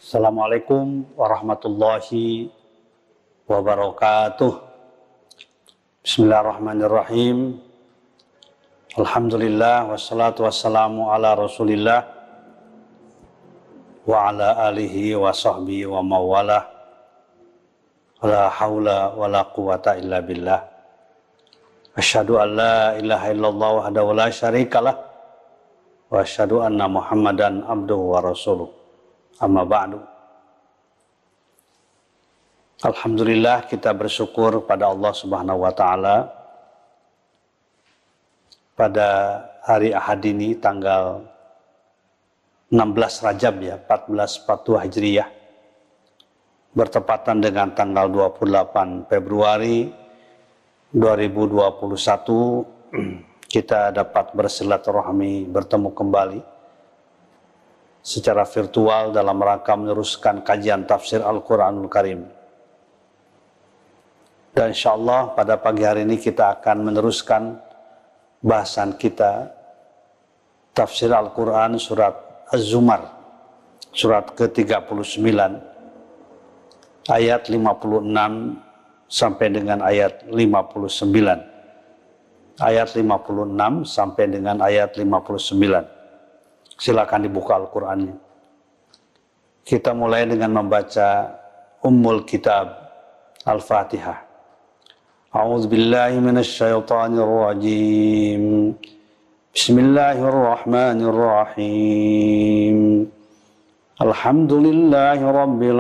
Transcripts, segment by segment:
Assalamualaikum warahmatullahi wabarakatuh. Bismillahirrahmanirrahim. Alhamdulillah wassalatu wassalamu ala Rasulillah wa ala alihi wa sahbihi wa mawalah. La haula wa la quwata illa billah. Asyhadu an la ilaha illallah wahdahu la syarikalah wa asyhadu anna Muhammadan abduhu wa rasuluh. Amma ba'du. Alhamdulillah, kita bersyukur pada Allah Subhanahu wa taala pada hari Ahad ini tanggal 16 Rajab ya, 1442 Hijriah, bertepatan dengan tanggal 28 Februari 2021, kita dapat bersilaturahmi, bertemu kembali secara virtual dalam rangka meneruskan kajian tafsir Al-Quranul Karim. Dan insya Allah pada pagi hari ini kita akan meneruskan bahasan kita tafsir Al-Quran surat Az-Zumar, surat ke-39, ayat 56 sampai dengan ayat 59. Ayat 56 sampai dengan ayat 59. Silakan dibuka Al-Qur'annya. Kita mulai dengan membaca Ummul Kitab Al-Fatihah. A'udzu billahi minasy syaithanir rajim. Bismillahirrahmanirrahim. Alhamdulillahi rabbil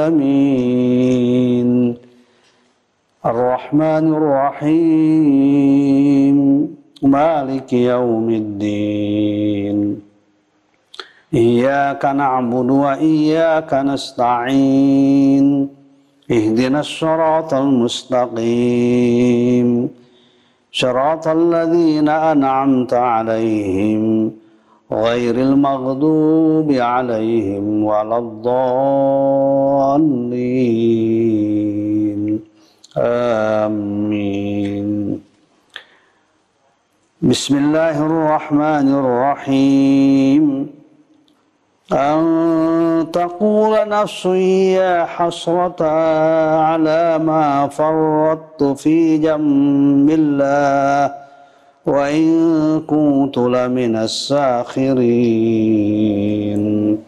alamin. Ar-Rahmanir Rahim. Maliki yaumiddin. Iyyaka na'budu wa iyyaka nasta'in. Ihdinas siratal mustaqim. Siratal ladzina an'amta 'alaihim ghairil maghdubi 'alaihim waladdallin. Amin. Bismillahirrahmanirrahim. أن تقول نفس يا حسرة على ما فرطت في جنب الله وإن كنت لمن الساخرين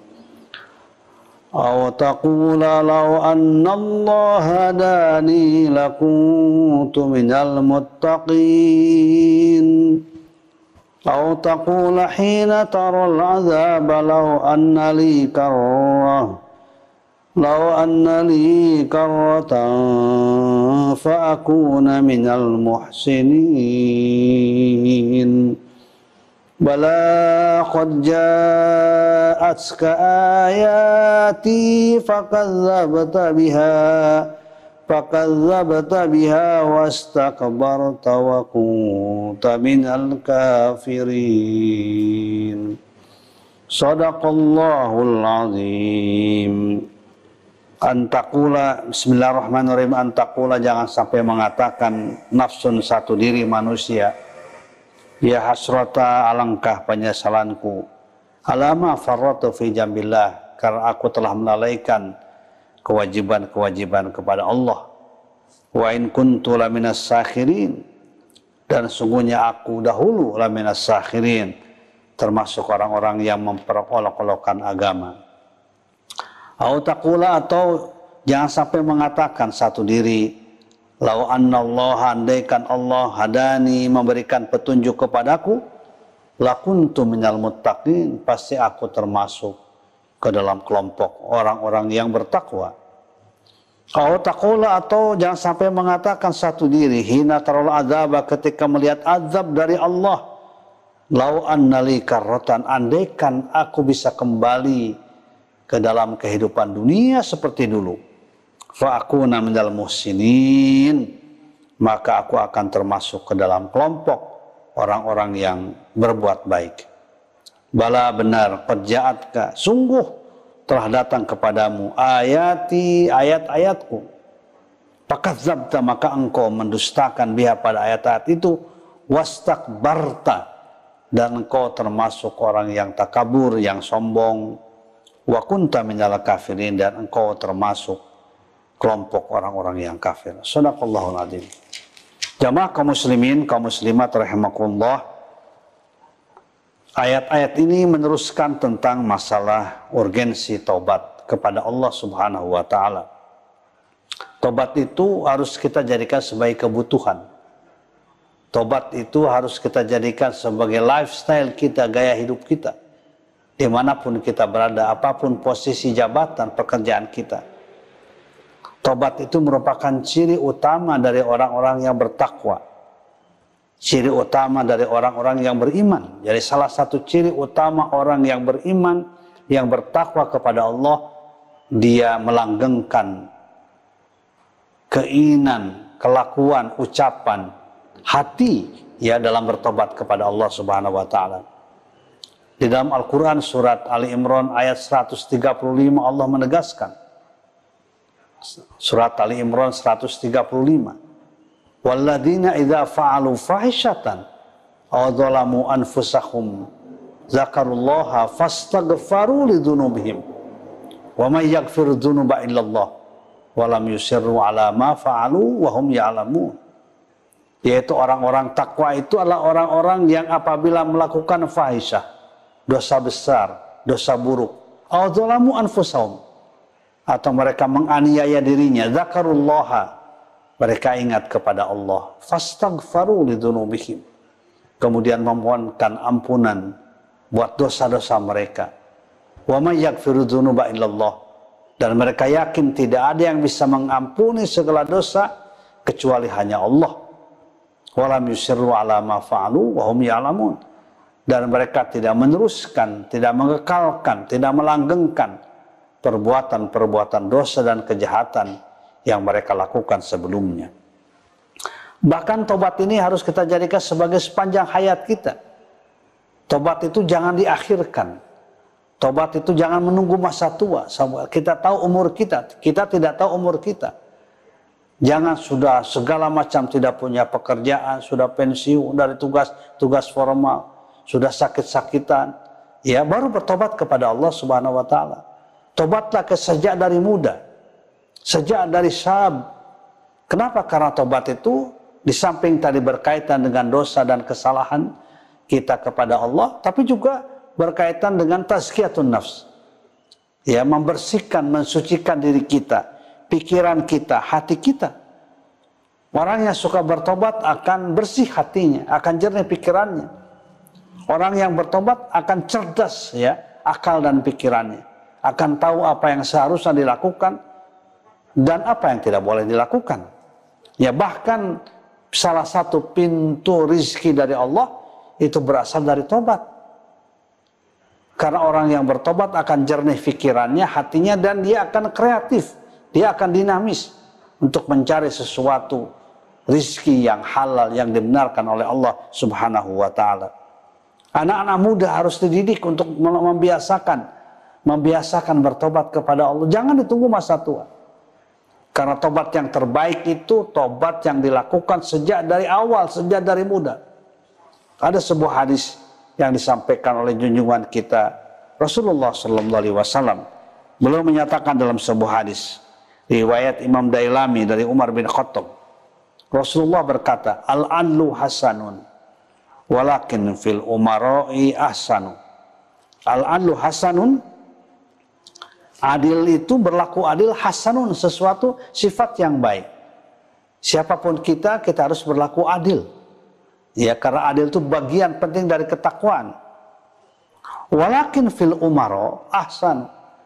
أو تقول لو أن الله هداني لكنت من المتقين أو تقول حين ترى العذاب لو أن لي كرة فأكون من المحسنين بلى قد جاءتك آياتي فكذبت بها واستكبرت وكنت من الكافرين. Shadaqallahul azim. Antakula, bismillahirrahmanirrahim. Antakula, jangan sampai mengatakan nafsun, satu diri manusia, ya hasrata, alangkah penyesalanku, alama farratu fi jambillah, karena aku telah melalaikan kewajiban-kewajiban kepada Allah. Wa in kuntu laminas sakhirin, dan sungguhnya aku dahulu laminas sakhirin, termasuk orang-orang yang memperolok-olokkan agama. Au taqula, atau jangan sampai mengatakan satu diri, lau annallaha, andaikan Allah hadani, memberikan petunjuk kepadaku, lakuntu minal muttaqin, pasti aku termasuk ke dalam kelompok orang-orang yang bertakwa. Au taqula, atau jangan sampai mengatakan satu diri, hina taral azab, ketika melihat azab dari Allah, lau annali karratan, andaikan aku bisa kembali ke dalam kehidupan dunia seperti dulu, fa akuna minal muhsinin, maka aku akan termasuk ke dalam kelompok orang-orang yang berbuat baik. Bala, benar, qad ja'atka, sungguh telah datang kepadamu ayati, ayat-ayatku, fakadzabta, maka engkau mendustakan biha, pada ayat-ayat itu, wastakbarta, dan engkau termasuk orang yang takabur, yang sombong, wa kunta minal kafirin, dan engkau termasuk kelompok orang-orang yang kafir. Shadaqallahul adzim. Jamaah kaum muslimin, kaum muslimat rahimakumullah, ayat-ayat ini meneruskan tentang masalah urgensi taubat kepada Allah Subhanahu wa taala. Taubat itu harus kita jadikan sebagai kebutuhan. Taubat itu harus kita jadikan sebagai lifestyle kita, gaya hidup kita. Dimanapun kita berada, apapun posisi jabatan, pekerjaan kita. Taubat itu merupakan ciri utama dari orang-orang yang bertakwa. Ciri utama dari orang-orang yang beriman. Jadi salah satu ciri utama orang yang beriman, yang bertakwa kepada Allah, dia melanggengkan keinginan, kelakuan, ucapan, hati ya dalam bertobat kepada Allah Subhanahu wa taala. Di dalam Al-Qur'an surat Ali Imran ayat 135 Allah menegaskan. Surat Ali Imran 135. Walladzina idza fa'alu fahishatan aw dzalamu anfusahum zakarullaha fastaghfaru lidzunubihim wa may yaghfiru dzunuba illallah wa lam yusirru ala ma fa'alu wa hum ya'lamun. Yaitu orang-orang takwa itu adalah orang-orang yang apabila melakukan fahisyah, dosa besar, dosa buruk, aw dzalamu anfusahum, atau mereka menganiaya dirinya, zakarullaha, mereka ingat kepada Allah, fastaghfaru lidzunubihim, kemudian memohonkan ampunan buat dosa-dosa mereka, wa may yaghfiru dzunuba illallah, dan mereka yakin tidak ada yang bisa mengampuni segala dosa kecuali hanya Allah. Walam yusirru ala ma fa'alu wa hum ya'lamun, dan mereka tidak meneruskan, tidak mengekalkan, tidak melanggengkan perbuatan-perbuatan dosa dan kejahatan yang mereka lakukan sebelumnya. Bahkan tobat ini harus kita jadikan sebagai sepanjang hayat kita. Tobat itu jangan diakhirkan. Tobat itu jangan menunggu masa tua. Kita tahu umur kita, kita tidak tahu umur kita. Jangan sudah segala macam tidak punya pekerjaan, sudah pensiun dari tugas formal, sudah sakit-sakitan, ya baru bertobat kepada Allah Subhanahu wa taala. Tobatlah sejak dari muda, sejak dari syab. Kenapa? Karena tobat itu di samping tadi berkaitan dengan dosa dan kesalahan kita kepada Allah, tapi juga berkaitan dengan tazkiyatun nafs. Ya, membersihkan, mensucikan diri kita, pikiran kita, hati kita. Orang yang suka bertobat akan bersih hatinya, akan jernih pikirannya. Orang yang bertobat akan cerdas ya, akal dan pikirannya. Akan tahu apa yang seharusnya dilakukan dan apa yang tidak boleh dilakukan. Ya, bahkan salah satu pintu rizki dari Allah itu berasal dari tobat. Karena orang yang bertobat akan jernih pikirannya, hatinya, dan dia akan kreatif. Dia akan dinamis untuk mencari sesuatu rizki yang halal, yang dibenarkan oleh Allah Subhanahu wa ta'ala. Anak-anak muda harus dididik untuk membiasakan bertobat kepada Allah. Jangan ditunggu masa tua. Karena tobat yang terbaik itu tobat yang dilakukan sejak dari awal, sejak dari muda. Ada sebuah hadis yang disampaikan oleh junjungan kita Rasulullah sallallahu alaihi wasallam. Beliau menyatakan dalam sebuah hadis riwayat Imam Dailami dari Umar bin Khattab, Rasulullah berkata, al-adlu hasanun walakin fil umara'i ahsanu. Al-adlu hasanun, adil itu berlaku adil, hasanun, sesuatu sifat yang baik. Siapapun kita harus berlaku adil. Ya, karena adil itu bagian penting dari ketakwaan. Walakin fil umara ahsan,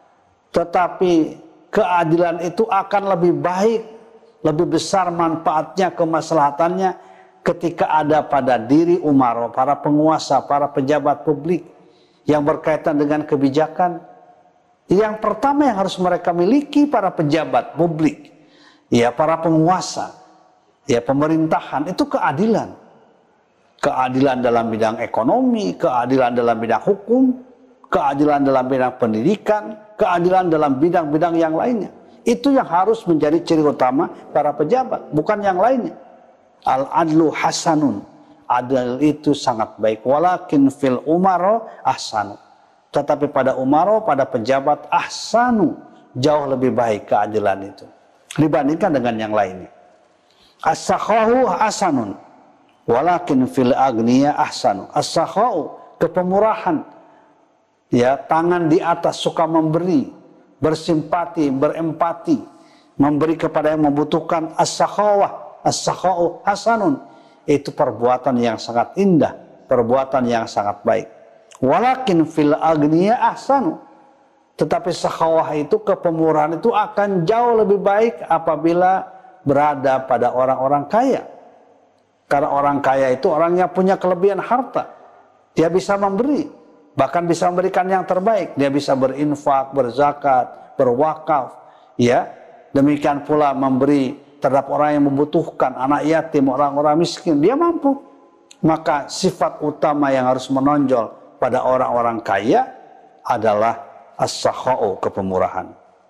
tetapi keadilan itu akan lebih baik, lebih besar manfaatnya, kemaslahatannya ketika ada pada diri umara, para penguasa, para pejabat publik yang berkaitan dengan kebijakan. Yang pertama yang harus mereka miliki para pejabat publik, ya para penguasa, ya pemerintahan, itu keadilan. Keadilan dalam bidang ekonomi, keadilan dalam bidang hukum, keadilan dalam bidang pendidikan, keadilan dalam bidang-bidang yang lainnya. Itu yang harus menjadi ciri utama para pejabat, bukan yang lainnya. Al-adlu hasanun, adil itu sangat baik. Walakin fil umaro ahsanu, tetapi pada umara, pada pejabat, ahsanu, jauh lebih baik keadilan itu dibandingkan dengan yang lainnya. As-sakhahu ahsanun, walakin fil agniya ahsanu. As-sakhahu, kepemurahan, ya, tangan di atas, suka memberi, bersimpati, berempati, memberi kepada yang membutuhkan. As-sakhawah, as-sakhau hasanun, itu perbuatan yang sangat indah, perbuatan yang sangat baik. Walakin fil agniya ahsanu, tetapi sakhawah itu, kepemurahan itu akan jauh lebih baik apabila berada pada orang-orang kaya. Karena orang kaya itu orang yang punya kelebihan harta, dia bisa memberi, bahkan bisa memberikan yang terbaik. Dia bisa berinfak, berzakat, berwakaf, ya. Demikian pula memberi terhadap orang yang membutuhkan, anak yatim, orang-orang miskin, dia mampu. Maka sifat utama yang harus menonjol pada orang-orang kaya adalah as-sakha'u, kepemurahan.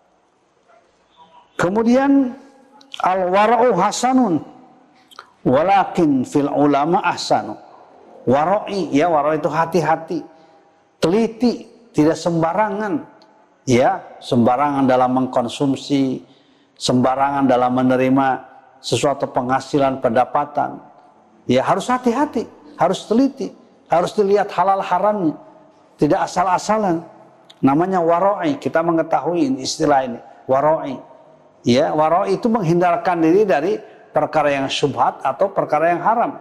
Kemudian al-wara'u hasanun, walakin fil ulama ahsanu. Wara'i, ya, wara' itu hati-hati, teliti, tidak sembarangan, ya, sembarangan dalam mengkonsumsi, sembarangan dalam menerima sesuatu penghasilan, pendapatan. Ya, harus hati-hati, harus teliti, harus dilihat halal haramnya, tidak asal-asalan. Namanya wara'i, kita mengetahui istilah ini, wara'i. Ya, wara'i itu menghindarkan diri dari perkara yang syubhat atau perkara yang haram.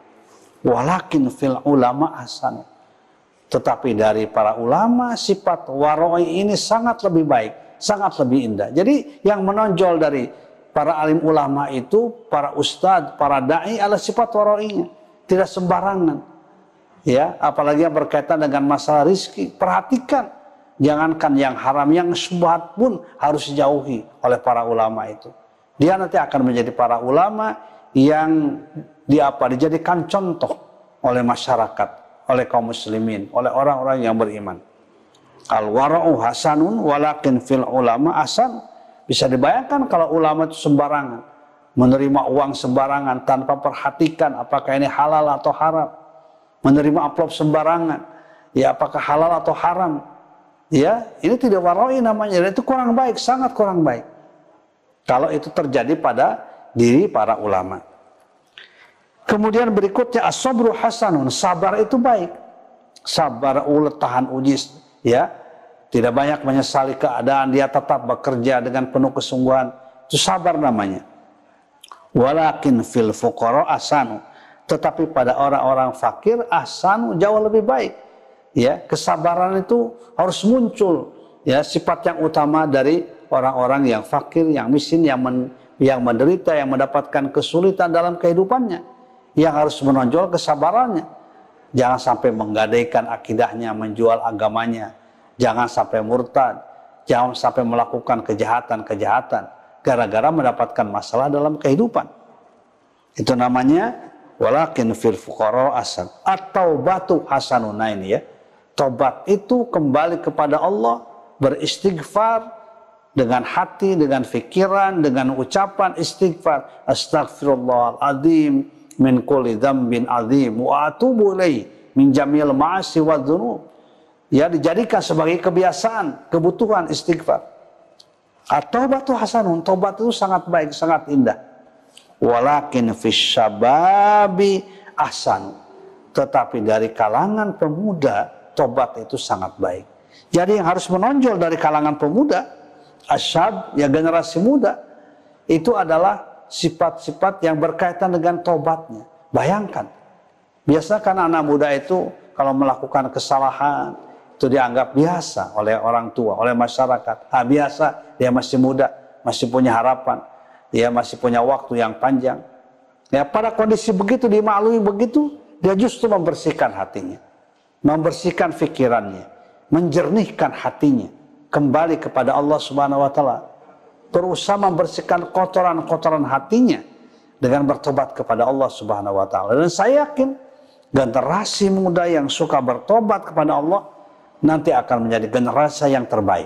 Walakin fil ulama ahsan. Tetapi dari para ulama, sifat wara'i ini sangat lebih baik, sangat lebih indah. Jadi yang menonjol dari para alim ulama itu, para ustadz, para da'i adalah sifat wara'inya, tidak sembarangan. Ya, apalagi yang berkaitan dengan masalah rizki, perhatikan. Jangankan yang haram, yang syubhat pun harus dijauhi oleh para ulama itu. Dia nanti akan menjadi para ulama yang dijadikan contoh oleh masyarakat, oleh kaum muslimin, oleh orang-orang yang beriman. Al-wara'u hasanun, walakin fil ulama hasan. Bisa dibayangkan kalau ulama itu sembarangan, menerima uang sembarangan tanpa perhatikan apakah ini halal atau haram, menerima amplop sembarangan, ya, apakah halal atau haram. Ya, ini tidak wara'i namanya, dan itu kurang baik, sangat kurang baik. Kalau itu terjadi pada diri para ulama. Kemudian berikutnya as-sabru hasanun, sabar itu baik. Sabar, tahan uji, ya. Tidak banyak menyesali keadaan, dia tetap bekerja dengan penuh kesungguhan. Itu sabar namanya. Walakin fil fuqara ahsanu, tetapi pada orang-orang fakir ahsanu, jauh lebih baik. Ya, kesabaran itu harus muncul, ya, sifat yang utama dari orang-orang yang fakir, yang miskin, yang menderita, yang mendapatkan kesulitan dalam kehidupannya, yang harus menonjol kesabarannya. Jangan sampai menggadaikan akidahnya, menjual agamanya, jangan sampai murtad, jangan sampai melakukan kejahatan-kejahatan gara-gara mendapatkan masalah dalam kehidupan. Itu namanya walakin fil fuqara hasan, atau batu hasanun. Nah ini, ya, tobat itu kembali kepada Allah, beristighfar dengan hati, dengan pikiran, dengan ucapan istighfar. Astaghfirullahaladzim min kulli dzambin azim wa atubu ilaihi min jamil ma'asi wa dzunub. Ya, dijadikan sebagai kebiasaan, kebutuhan istighfar. At-taubatu hasanun, tobat itu sangat baik, sangat indah. Walakin fis syababi ahsan, tetapi dari kalangan pemuda tobat itu sangat baik. Jadi yang harus menonjol dari kalangan pemuda, asyab, ya, generasi muda, itu adalah sifat-sifat yang berkaitan dengan tobatnya. Bayangkan, biasa kan anak muda itu kalau melakukan kesalahan itu dianggap biasa oleh orang tua, oleh masyarakat. Biasa, dia masih muda, masih punya harapan, dia masih punya waktu yang panjang. Ya, pada kondisi begitu, dimaklumi begitu, dia justru membersihkan hatinya, membersihkan fikirannya, menjernihkan hatinya, kembali kepada Allah Subhanahu wa Ta'ala, berusaha membersihkan kotoran-kotoran hatinya dengan bertobat kepada Allah Subhanahu wa Ta'ala. Dan saya yakin generasi muda yang suka bertobat kepada Allah nanti akan menjadi generasi yang terbaik.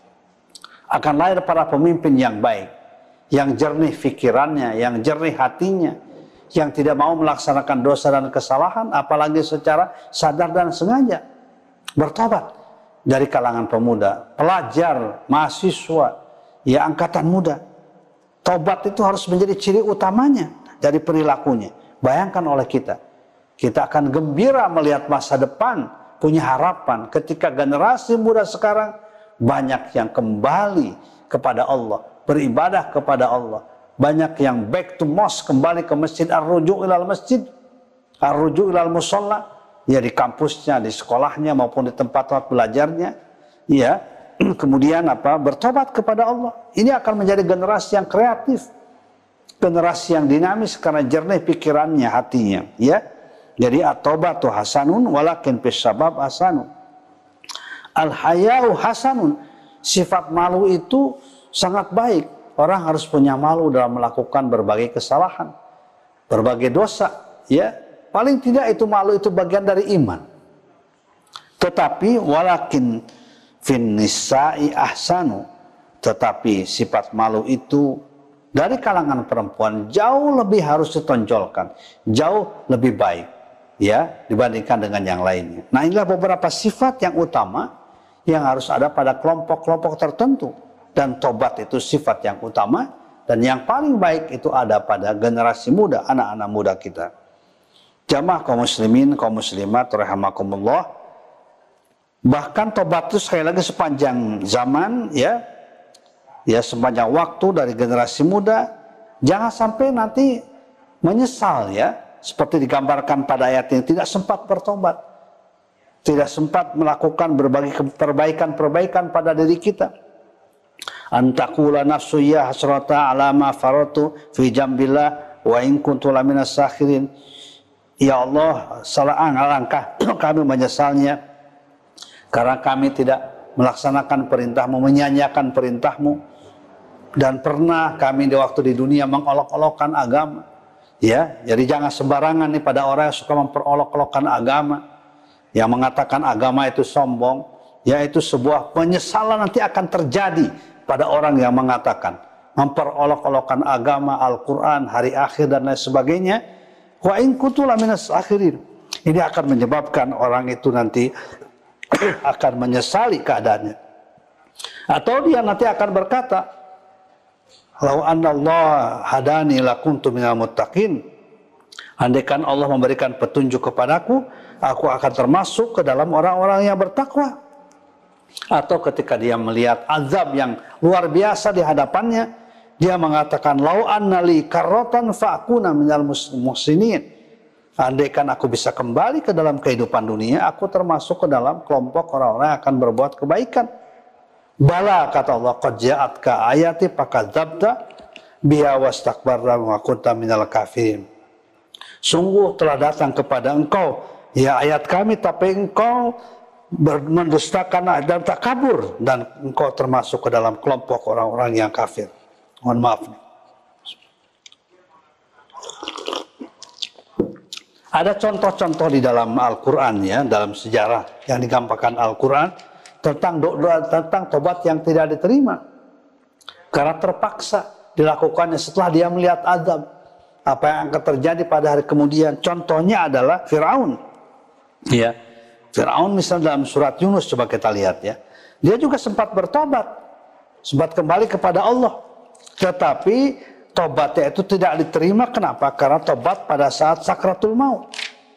Akan lahir para pemimpin yang baik, yang jernih fikirannya, yang jernih hatinya, yang tidak mau melaksanakan dosa dan kesalahan, apalagi secara sadar dan sengaja. Bertobat. dari kalangan pemuda, pelajar, mahasiswa, ya angkatan muda. Tobat itu harus menjadi ciri utamanya dari perilakunya. Bayangkan oleh kita akan gembira melihat masa depan, punya harapan ketika generasi muda sekarang banyak yang kembali kepada Allah, beribadah kepada Allah. Banyak yang back to mosque, kembali ke masjid, ar-ruju' ilal masjid, ar-ruju' ilal musalla, ya di kampusnya, di sekolahnya maupun di tempat belajarnya, ya. Kemudian bertobat kepada Allah. Ini akan menjadi generasi yang kreatif, generasi yang dinamis karena jernih pikirannya, hatinya, ya. Jadi at-taubatu hasanun walakin fis sabab hasanun. Al-haya'u hasanun. Sifat malu itu sangat baik. Orang harus punya malu dalam melakukan berbagai kesalahan, berbagai dosa, ya. Paling tidak itu malu itu bagian dari iman. Tetapi walakin fin nisa'i ahsanu. Tetapi sifat malu itu dari kalangan perempuan jauh lebih harus ditonjolkan, jauh lebih baik, ya, dibandingkan dengan yang lainnya. Nah, inilah beberapa sifat yang utama yang harus ada pada kelompok-kelompok tertentu. Dan tobat itu sifat yang utama, dan yang paling baik itu ada pada generasi muda, anak-anak muda kita. Jamaah kaum muslimin, kaum muslimat rahimakumullah. Bahkan tobat itu sekali lagi sepanjang zaman, ya sepanjang waktu dari generasi muda, jangan sampai nanti menyesal, ya, seperti digambarkan pada ayat ini, tidak sempat bertobat, tidak sempat melakukan berbagai perbaikan pada diri kita. Antakula nafsu ya hasrata ala ma faratu fi jambillah wa in kuntu laminas sakhirin. Ya Allah, alangkah kami menyesalnya karena kami tidak melaksanakan perintahmu, menyanyiakan perintahmu, dan pernah kami di waktu di dunia mengolok-olokkan agama, ya. Jadi jangan sembarangan nih pada orang yang suka memperolok-olokkan agama, yang mengatakan agama itu sombong, yaitu sebuah penyesalan nanti akan terjadi pada orang yang mengatakan, memperolok-olokkan agama, Al-Quran, hari akhir dan lain sebagainya. Wa in kuntu laminas akhirin. Ini akan menyebabkan orang itu nanti akan menyesali keadaannya. Atau dia nanti akan berkata, "Lau anna Allah hadani lakuntu minal muttaqin." Andaikan Allah memberikan petunjuk kepadaku, aku akan termasuk ke dalam orang-orang yang bertakwa. Atau ketika dia melihat azab yang luar biasa di hadapannya, dia mengatakan, "Lau annali karrotan fa'akuna minal muhsinin." Andaikan aku bisa kembali ke dalam kehidupan dunia, aku termasuk ke dalam kelompok orang-orang yang akan berbuat kebaikan. Bala, kata Allah, qad ja'atka ayati fakadzabta biha wastakbarta wa kunta minal kafirin. Sungguh telah datang kepada engkau ya ayat kami, tapi engkau mendustakan dan takabur, dan engkau termasuk ke dalam kelompok orang-orang yang kafir. Mohon maaf nih. Ada contoh-contoh di dalam Al-Quran, ya, dalam sejarah yang digampangkan Al-Quran tentang tentang tobat yang tidak diterima karena terpaksa dilakukannya setelah dia melihat azab. Apa yang akan terjadi pada hari kemudian? Contohnya adalah Firaun, ya. Firaun misalnya dalam surat Yunus, coba kita lihat, ya. Dia juga sempat bertobat, sempat kembali kepada Allah. Tetapi tobatnya itu tidak diterima. Kenapa? Karena tobat pada saat sakratul maut.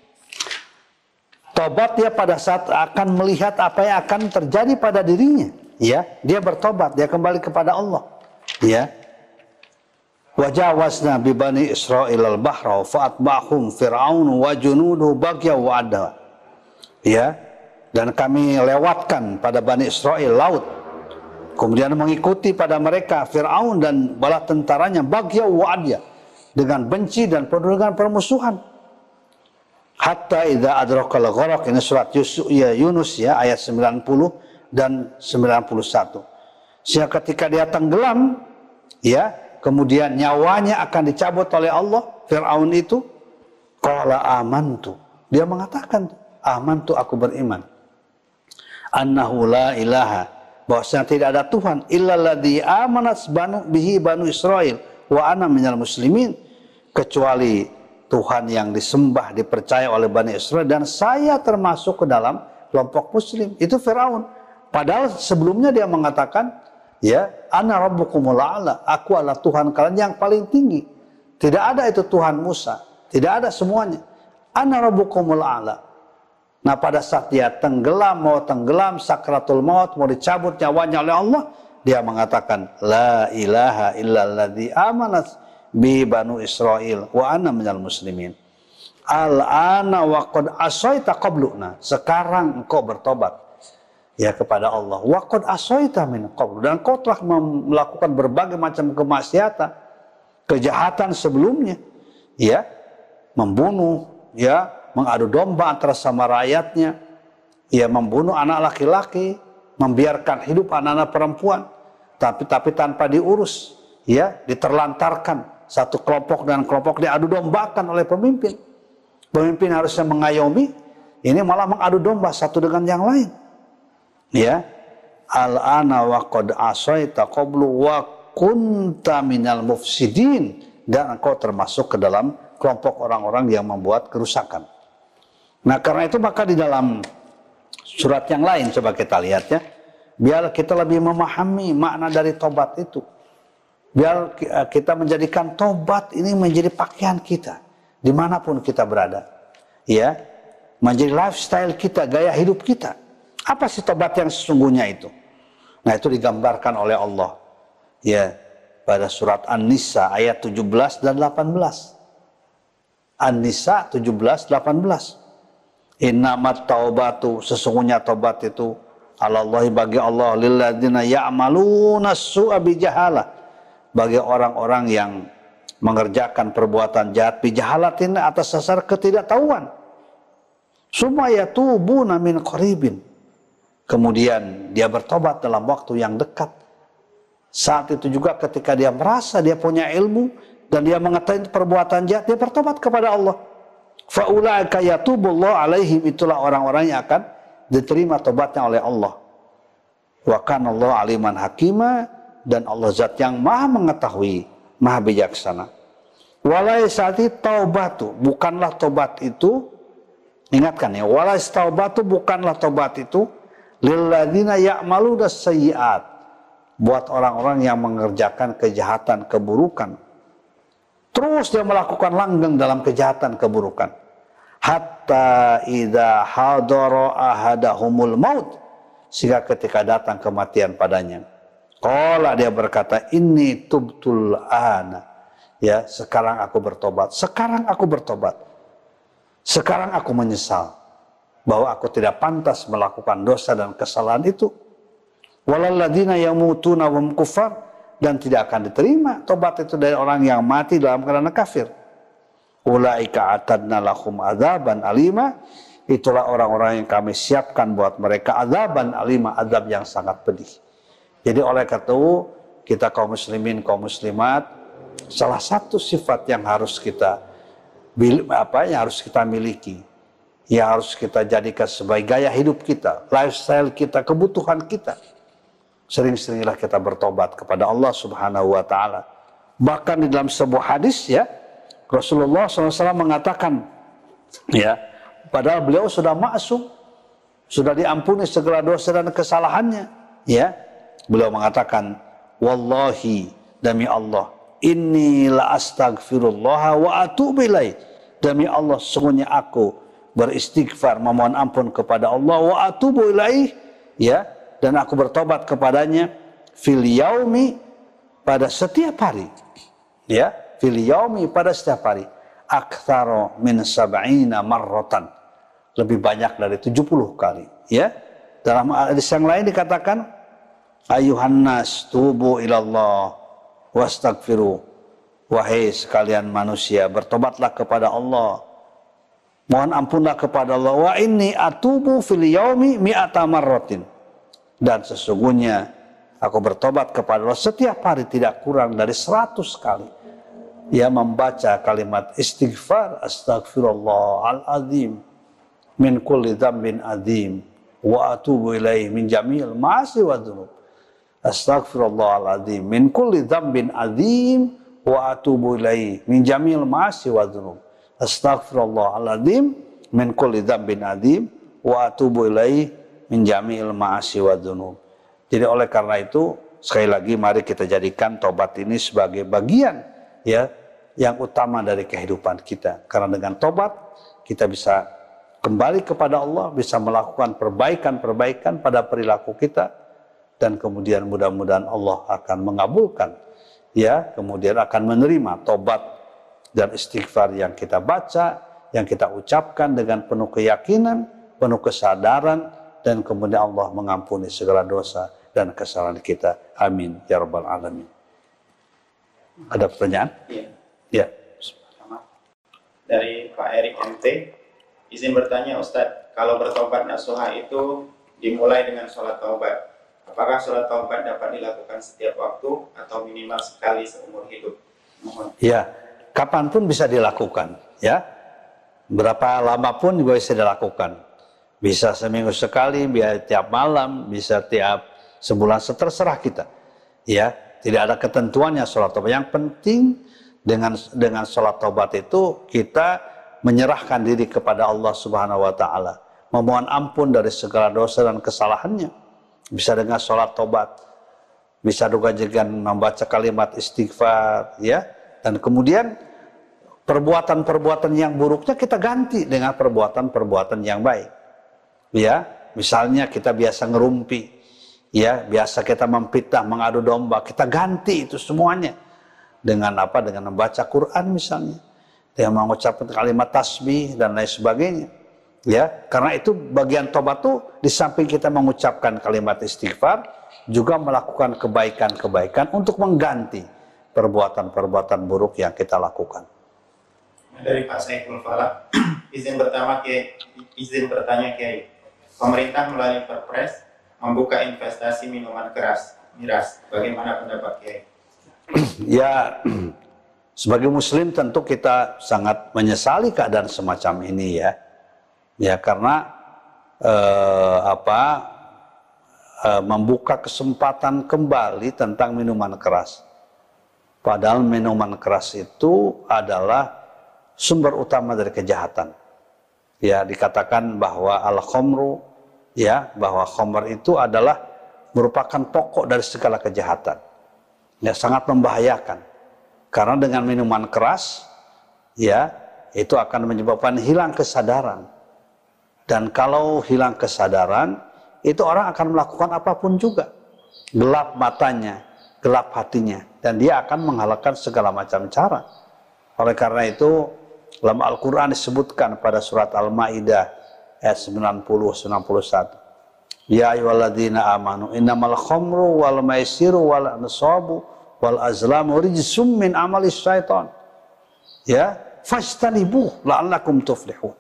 Tobat dia pada saat akan melihat apa yang akan terjadi pada dirinya, ya. Dia bertobat, dia kembali kepada Allah, ya. Wajawazna bi bani Israil al-bahra fa'atba'hum fir'aun wa junuduhu baghyan wa adwa. Ya, dan kami lewatkan pada Bani Israel laut, kemudian mengikuti pada mereka Fir'aun dan bala tentaranya baghyan wa adwa, dengan benci dan penuh dengan permusuhan. Hatta idza adrakal gharaq, ini surat Yunus, ya, ayat 90 dan 91. Sehingga ketika dia tenggelam, ya, kemudian nyawanya akan dicabut oleh Allah, Fir'aun itu, qala amantu, dia mengatakan, amantu, aku beriman, annahu la ilaha, bahwasanya tidak ada Tuhan illalladzi amanat bihi banu Israil wa ana minal muslimin, kecuali Tuhan yang disembah, dipercaya oleh Bani Israel, dan saya termasuk ke dalam kelompok muslim. Itu Firaun Padahal sebelumnya dia mengatakan, ya, ana rabbukumul a'la, aku adalah Tuhan kalian yang paling tinggi. Tidak ada itu Tuhan Musa, tidak ada semuanya. Ana rabbukumul a'la. Nah, pada saat dia mau tenggelam, sakratul maut, mau dicabut nyawanya oleh Allah, dia mengatakan, la ilaha illalladzi amanat bi banu Israil wa ana minal muslimin. Al-ana wa qad asaita qabluna. Sekarang engkau bertobat ya kepada Allah. Wa qad asaita min qablu, dan kau telah melakukan berbagai macam kemaksiatan, kejahatan sebelumnya. Ya, membunuh, ya, mengadu domba antara sama rakyatnya, ya, membunuh anak laki-laki, membiarkan hidup anak-anak perempuan, tapi tanpa diurus, ya, diterlantarkan satu kelompok dan kelompok diadu dombakan oleh pemimpin. Pemimpin harusnya mengayomi, ini malah mengadu domba satu dengan yang lain. Ya, al-ana wa qad asaita qablu wa kunta minal mufsidin, dan engkau termasuk ke dalam kelompok orang-orang yang membuat kerusakan. Nah, karena itu maka di dalam surat yang lain coba kita lihat ya, biar kita lebih memahami makna dari tobat itu. Biar kita menjadikan tobat ini menjadi pakaian kita dimanapun kita berada, ya, menjadi lifestyle kita, gaya hidup kita. Apa sih tobat yang sesungguhnya itu? Nah, itu digambarkan oleh Allah, ya, pada surat An-Nisa ayat 17 dan 18. An-Nisa 17, 18. Innamat taubatu, sesungguhnya tobat itu, alallahi, bagi Allah, lilladzina ya'maluna su'a bijahalah, bagi orang-orang yang mengerjakan perbuatan jahat bijahalatin, atas dasar ketidaktahuan. Summa yatubuna min qaribin, kemudian dia bertobat dalam waktu yang dekat. Saat itu juga ketika dia merasa dia punya ilmu dan dia mengetahui perbuatan jahat, dia bertobat kepada Allah. Fa ulaika yatubullahu alaihim, itulah orang-orang yang akan diterima tobatnya oleh Allah. Wa kana Allahu aliman hakima, dan Allah zat yang maha mengetahui, maha bijaksana. Walaisati taubatu, bukanlah tobat itu, ingatkan ya, walais taubatu, bukanlah tobat itu, lilladzina ya'maluna sayyi'at, buat orang-orang yang mengerjakan kejahatan, keburukan. Terus dia melakukan langgeng dalam kejahatan, keburukan. Hatta idza hadara ahadahumul maut, sehingga ketika datang kematian padanya, qala, dia berkata, inni tubtul ana, ya, sekarang aku bertobat, sekarang aku bertobat, sekarang aku menyesal bahwa aku tidak pantas melakukan dosa dan kesalahan itu. Walalladzina yamutuna wa hum kuffar, dan tidak akan diterima tobat itu dari orang yang mati dalam keadaan kafir. Ulaika atadna lahum adzaban alima, itulah orang-orang yang kami siapkan buat mereka adzaban alima, azab yang sangat pedih. Jadi oleh karena itu, kita kaum muslimin, kaum muslimat, salah satu sifat yang harus kita miliki, yang harus kita jadikan sebagai gaya hidup kita, lifestyle kita, kebutuhan kita, sering-seringlah kita bertobat kepada Allah Subhanahu wa taala. Bahkan di dalam sebuah hadis, ya, Rasulullah SAW mengatakan, ya, padahal beliau sudah maksum, sudah diampuni segala dosa dan kesalahannya, ya, beliau mengatakan, wallahi, demi Allah, inni la astaghfirullah wa atubu ilaih, demi Allah sesungguhnya aku beristighfar, memohon ampun kepada Allah, wa atubu ilaih, ya, dan aku bertobat kepadanya, fil yaumi, pada setiap hari, ya, fil yaumi, pada setiap hari, aktsara min sab'ina marratan, lebih banyak dari 70 kali, ya. Dalam hadis yang lain dikatakan, ayuhan nas tubu ilallah wastaghfiru, wahai sekalian manusia, bertobatlah kepada Allah, mohon ampunlah kepada Allah, wa inni atubu fil yaumi mi'ata marratin, dan sesungguhnya aku bertobat kepada Allah setiap hari tidak kurang dari 100 kali. Ya, membaca kalimat istighfar, astaghfirullah al-azim min kulli dzambin azim wa atubu ilaihi min jamil ma'asi wa dzunub. Astaghfirullah al-azim min kulli dzambin azim wa atubu ilaihi min jamil ma'asi wa dzunub. Astaghfirullah al-azim min kulli dzambin azim wa atubu ilaihi min jami'il ma'asi wa dzunub. Jadi oleh karena itu sekali lagi mari kita jadikan tobat ini sebagai bagian ya yang utama dari kehidupan kita. Karena dengan tobat kita bisa kembali kepada Allah, bisa melakukan perbaikan-perbaikan pada perilaku kita, dan kemudian mudah-mudahan Allah akan mengabulkan ya, kemudian akan menerima tobat dan istighfar yang kita baca, yang kita ucapkan dengan penuh keyakinan, penuh kesadaran, dan kemudian Allah mengampuni segala dosa dan kesalahan kita. Amin ya rabbal alamin. Ada pertanyaan? Iya. Ya. Dari Pak Erik MT, izin bertanya Ustadz, kalau bertobat nasuha itu dimulai dengan sholat taubat, apakah sholat taubat dapat dilakukan setiap waktu atau minimal sekali seumur hidup? Mohon. Ya, kapanpun bisa dilakukan. Ya, berapa lama pun juga bisa dilakukan. Bisa seminggu sekali, bisa tiap malam, bisa tiap sebulan, terserah kita. Ya, tidak ada ketentuannya sholat taubat. Yang penting dengan sholat taubat itu kita menyerahkan diri kepada Allah Subhanahu wa taala, memohon ampun dari segala dosa dan kesalahannya. Bisa dengan sholat taubat, bisa juga dengan membaca kalimat istighfar, ya. Dan kemudian perbuatan-perbuatan yang buruknya kita ganti dengan perbuatan-perbuatan yang baik. Ya, misalnya kita biasa ngerumpi, ya, biasa kita memfitnah, mengadu domba, kita ganti itu semuanya dengan apa? Dengan membaca Quran misalnya, dengan mengucapkan kalimat tasbih dan lain sebagainya. Ya, karena itu bagian tobat tuh di samping kita mengucapkan kalimat istighfar, juga melakukan kebaikan-kebaikan untuk mengganti perbuatan-perbuatan buruk yang kita lakukan. Dari Pak Saiful Falah, izin bertanya Kiai, pemerintah melalui Perpres membuka investasi minuman keras, miras, bagaimana pendapat Kiai? Ya, sebagai Muslim tentu kita sangat menyesali keadaan semacam ini ya. Ya, karena membuka kesempatan kembali tentang minuman keras. Padahal minuman keras itu adalah sumber utama dari kejahatan. Ya, dikatakan bahwa al-khamru, ya, bahwa khamr itu adalah merupakan pokok dari segala kejahatan. Ya, sangat membahayakan. Karena dengan minuman keras, ya, itu akan menyebabkan hilang kesadaran. Dan kalau hilang kesadaran, itu orang akan melakukan apapun juga. Gelap matanya, gelap hatinya, dan dia akan menghalalkan segala macam cara. Oleh karena itu, dalam Al-Quran disebutkan pada surat Al-Ma'idah ayat 90-91. Ya ayyuhalladzina amanu innamal khamru wal maisiru wal ansabu wal azlamu rijsum min amalis syaitan. Ya, fajtanibuh la'allakum tuflihun.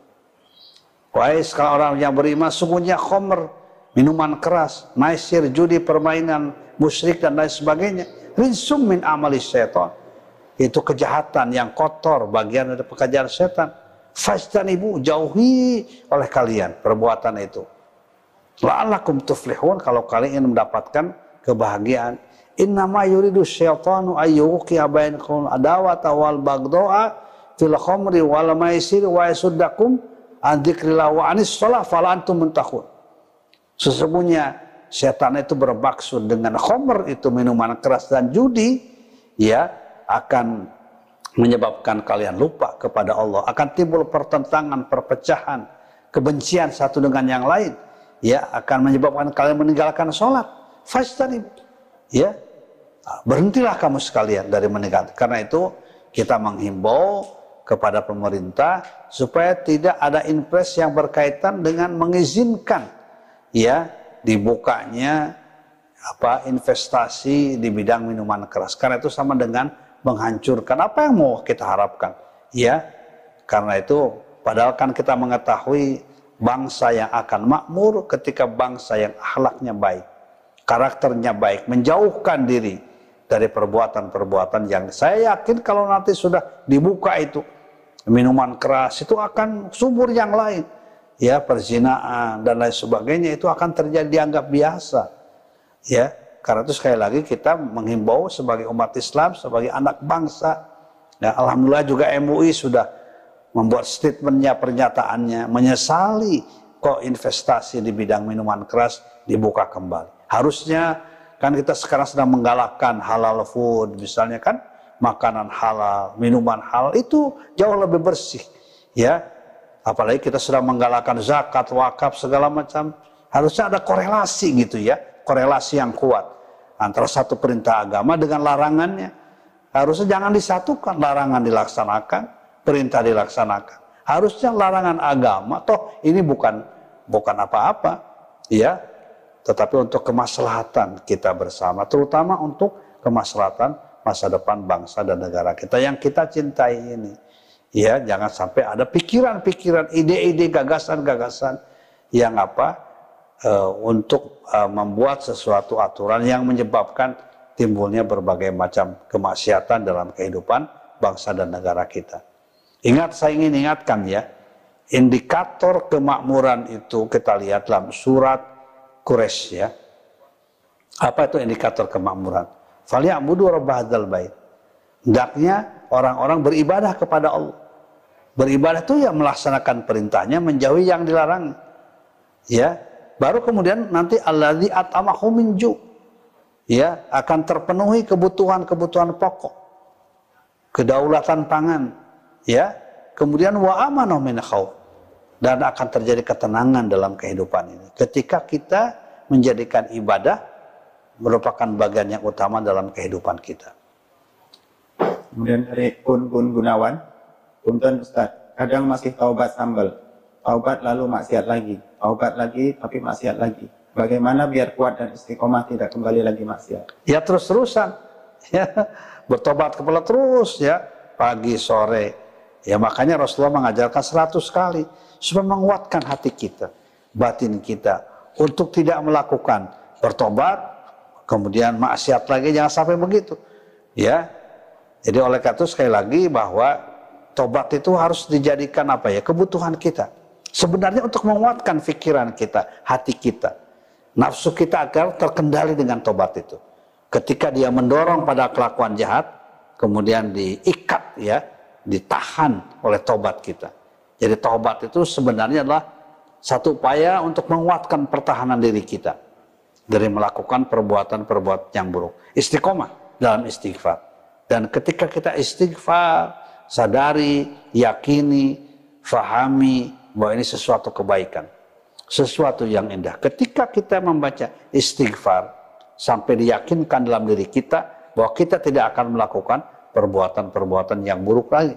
Wahai sekalian orang yang beriman, sungguhnya khamr, minuman keras, maisir, judi, permainan, musyrik dan lain sebagainya, rijsum min amalis syaitan. Itu kejahatan yang kotor, bagian dari pekerjaan setan. Fajtanibu, jauhi oleh kalian perbuatan itu. La'allakum tuflihun, kalau kalian ingin mendapatkan kebahagiaan. Innama yuridu syaitanu ayyuqiya bainakum adawata wal bagdoa fil khamri wal maisir wa yasuddakum an dzikrillah wa anis shalah fala antum muntahun. Sesungguhnya setan itu bermaksud dengan khamr, itu minuman keras dan judi, ya, akan menyebabkan kalian lupa kepada Allah, akan timbul pertentangan, perpecahan, kebencian satu dengan yang lain, ya, akan menyebabkan kalian meninggalkan sholat. Fajtanib, ya, berhentilah kamu sekalian dari meninggalkan. Karena itu kita menghimbau kepada pemerintah supaya tidak ada impres yang berkaitan dengan mengizinkan, ya, dibukanya investasi di bidang minuman keras. Karena itu sama dengan menghancurkan. Apa yang mau kita harapkan? Ya, karena itu padahal kan kita mengetahui bangsa yang akan makmur ketika bangsa yang akhlaknya baik, karakternya baik, menjauhkan diri dari perbuatan-perbuatan yang saya yakin kalau nanti sudah dibuka itu minuman keras, itu akan subur yang lain, ya, perzinaan dan lain sebagainya, itu akan terjadi, dianggap biasa, ya. Karena itu sekali lagi kita menghimbau sebagai umat Islam, sebagai anak bangsa, ya, alhamdulillah juga MUI sudah membuat statementnya, pernyataannya, menyesali kok investasi di bidang minuman keras dibuka kembali. Harusnya kan kita sekarang sedang menggalakkan halal food, misalnya kan, makanan halal, minuman halal itu jauh lebih bersih, ya. Apalagi kita sedang menggalakkan zakat, wakaf, segala macam. Harusnya ada korelasi gitu ya, korelasi yang kuat antara satu perintah agama dengan larangannya. Harusnya jangan disatukan, larangan dilaksanakan, perintah dilaksanakan. Harusnya larangan agama, toh ini bukan apa-apa, ya, tetapi untuk kemaslahatan kita bersama, terutama untuk kemaslahatan masa depan bangsa dan negara kita yang kita cintai ini. Ya, jangan sampai ada pikiran-pikiran, ide-ide, gagasan-gagasan yang untuk membuat sesuatu aturan yang menyebabkan timbulnya berbagai macam kemaksiatan dalam kehidupan bangsa dan negara kita. Ingat, saya ingin ingatkan ya, indikator kemakmuran itu kita lihat dalam surat Quraisy ya. Apa itu indikator kemakmuran? Falyabudu rabb hadzal bait. Hendaknya orang-orang beribadah kepada Allah. Beribadah itu ya melaksanakan perintahnya, menjauhi yang dilarang. Ya, baru kemudian nanti alladzi at'amahu min ju'. Ya, akan terpenuhi kebutuhan-kebutuhan pokok, kedaulatan pangan, ya, kemudian wa amanu min khauf, dan akan terjadi ketenangan dalam kehidupan ini ketika kita menjadikan ibadah merupakan bagian yang utama dalam kehidupan kita. Kemudian dari Kun Gunawan, punten Ustaz, kadang masih taubat sambal, taubat lalu maksiat lagi, taubat lagi tapi maksiat lagi. Bagaimana biar kuat dan istiqomah tidak kembali lagi maksiat? Ya terus-terusan, ya, bertobat kepala terus ya, pagi sore. Ya makanya Rasulullah mengajarkan 100 kali supaya menguatkan hati kita, batin kita untuk tidak melakukan bertobat kemudian maksiat lagi, jangan sampai begitu. Ya. Jadi oleh karena itu sekali lagi bahwa tobat itu harus dijadikan kebutuhan kita. Sebenarnya untuk menguatkan pikiran kita, hati kita. Nafsu kita agar terkendali dengan tobat itu. Ketika dia mendorong pada kelakuan jahat, kemudian diikat ya, ditahan oleh tobat kita. Jadi tobat itu sebenarnya adalah satu upaya untuk menguatkan pertahanan diri kita dari melakukan perbuatan-perbuatan yang buruk. Istiqomah dalam istighfar. Dan ketika kita istighfar, sadari, yakini, fahami bahwa ini sesuatu kebaikan, sesuatu yang indah. Ketika kita membaca istighfar sampai diyakinkan dalam diri kita bahwa kita tidak akan melakukan perbuatan-perbuatan yang buruk lagi.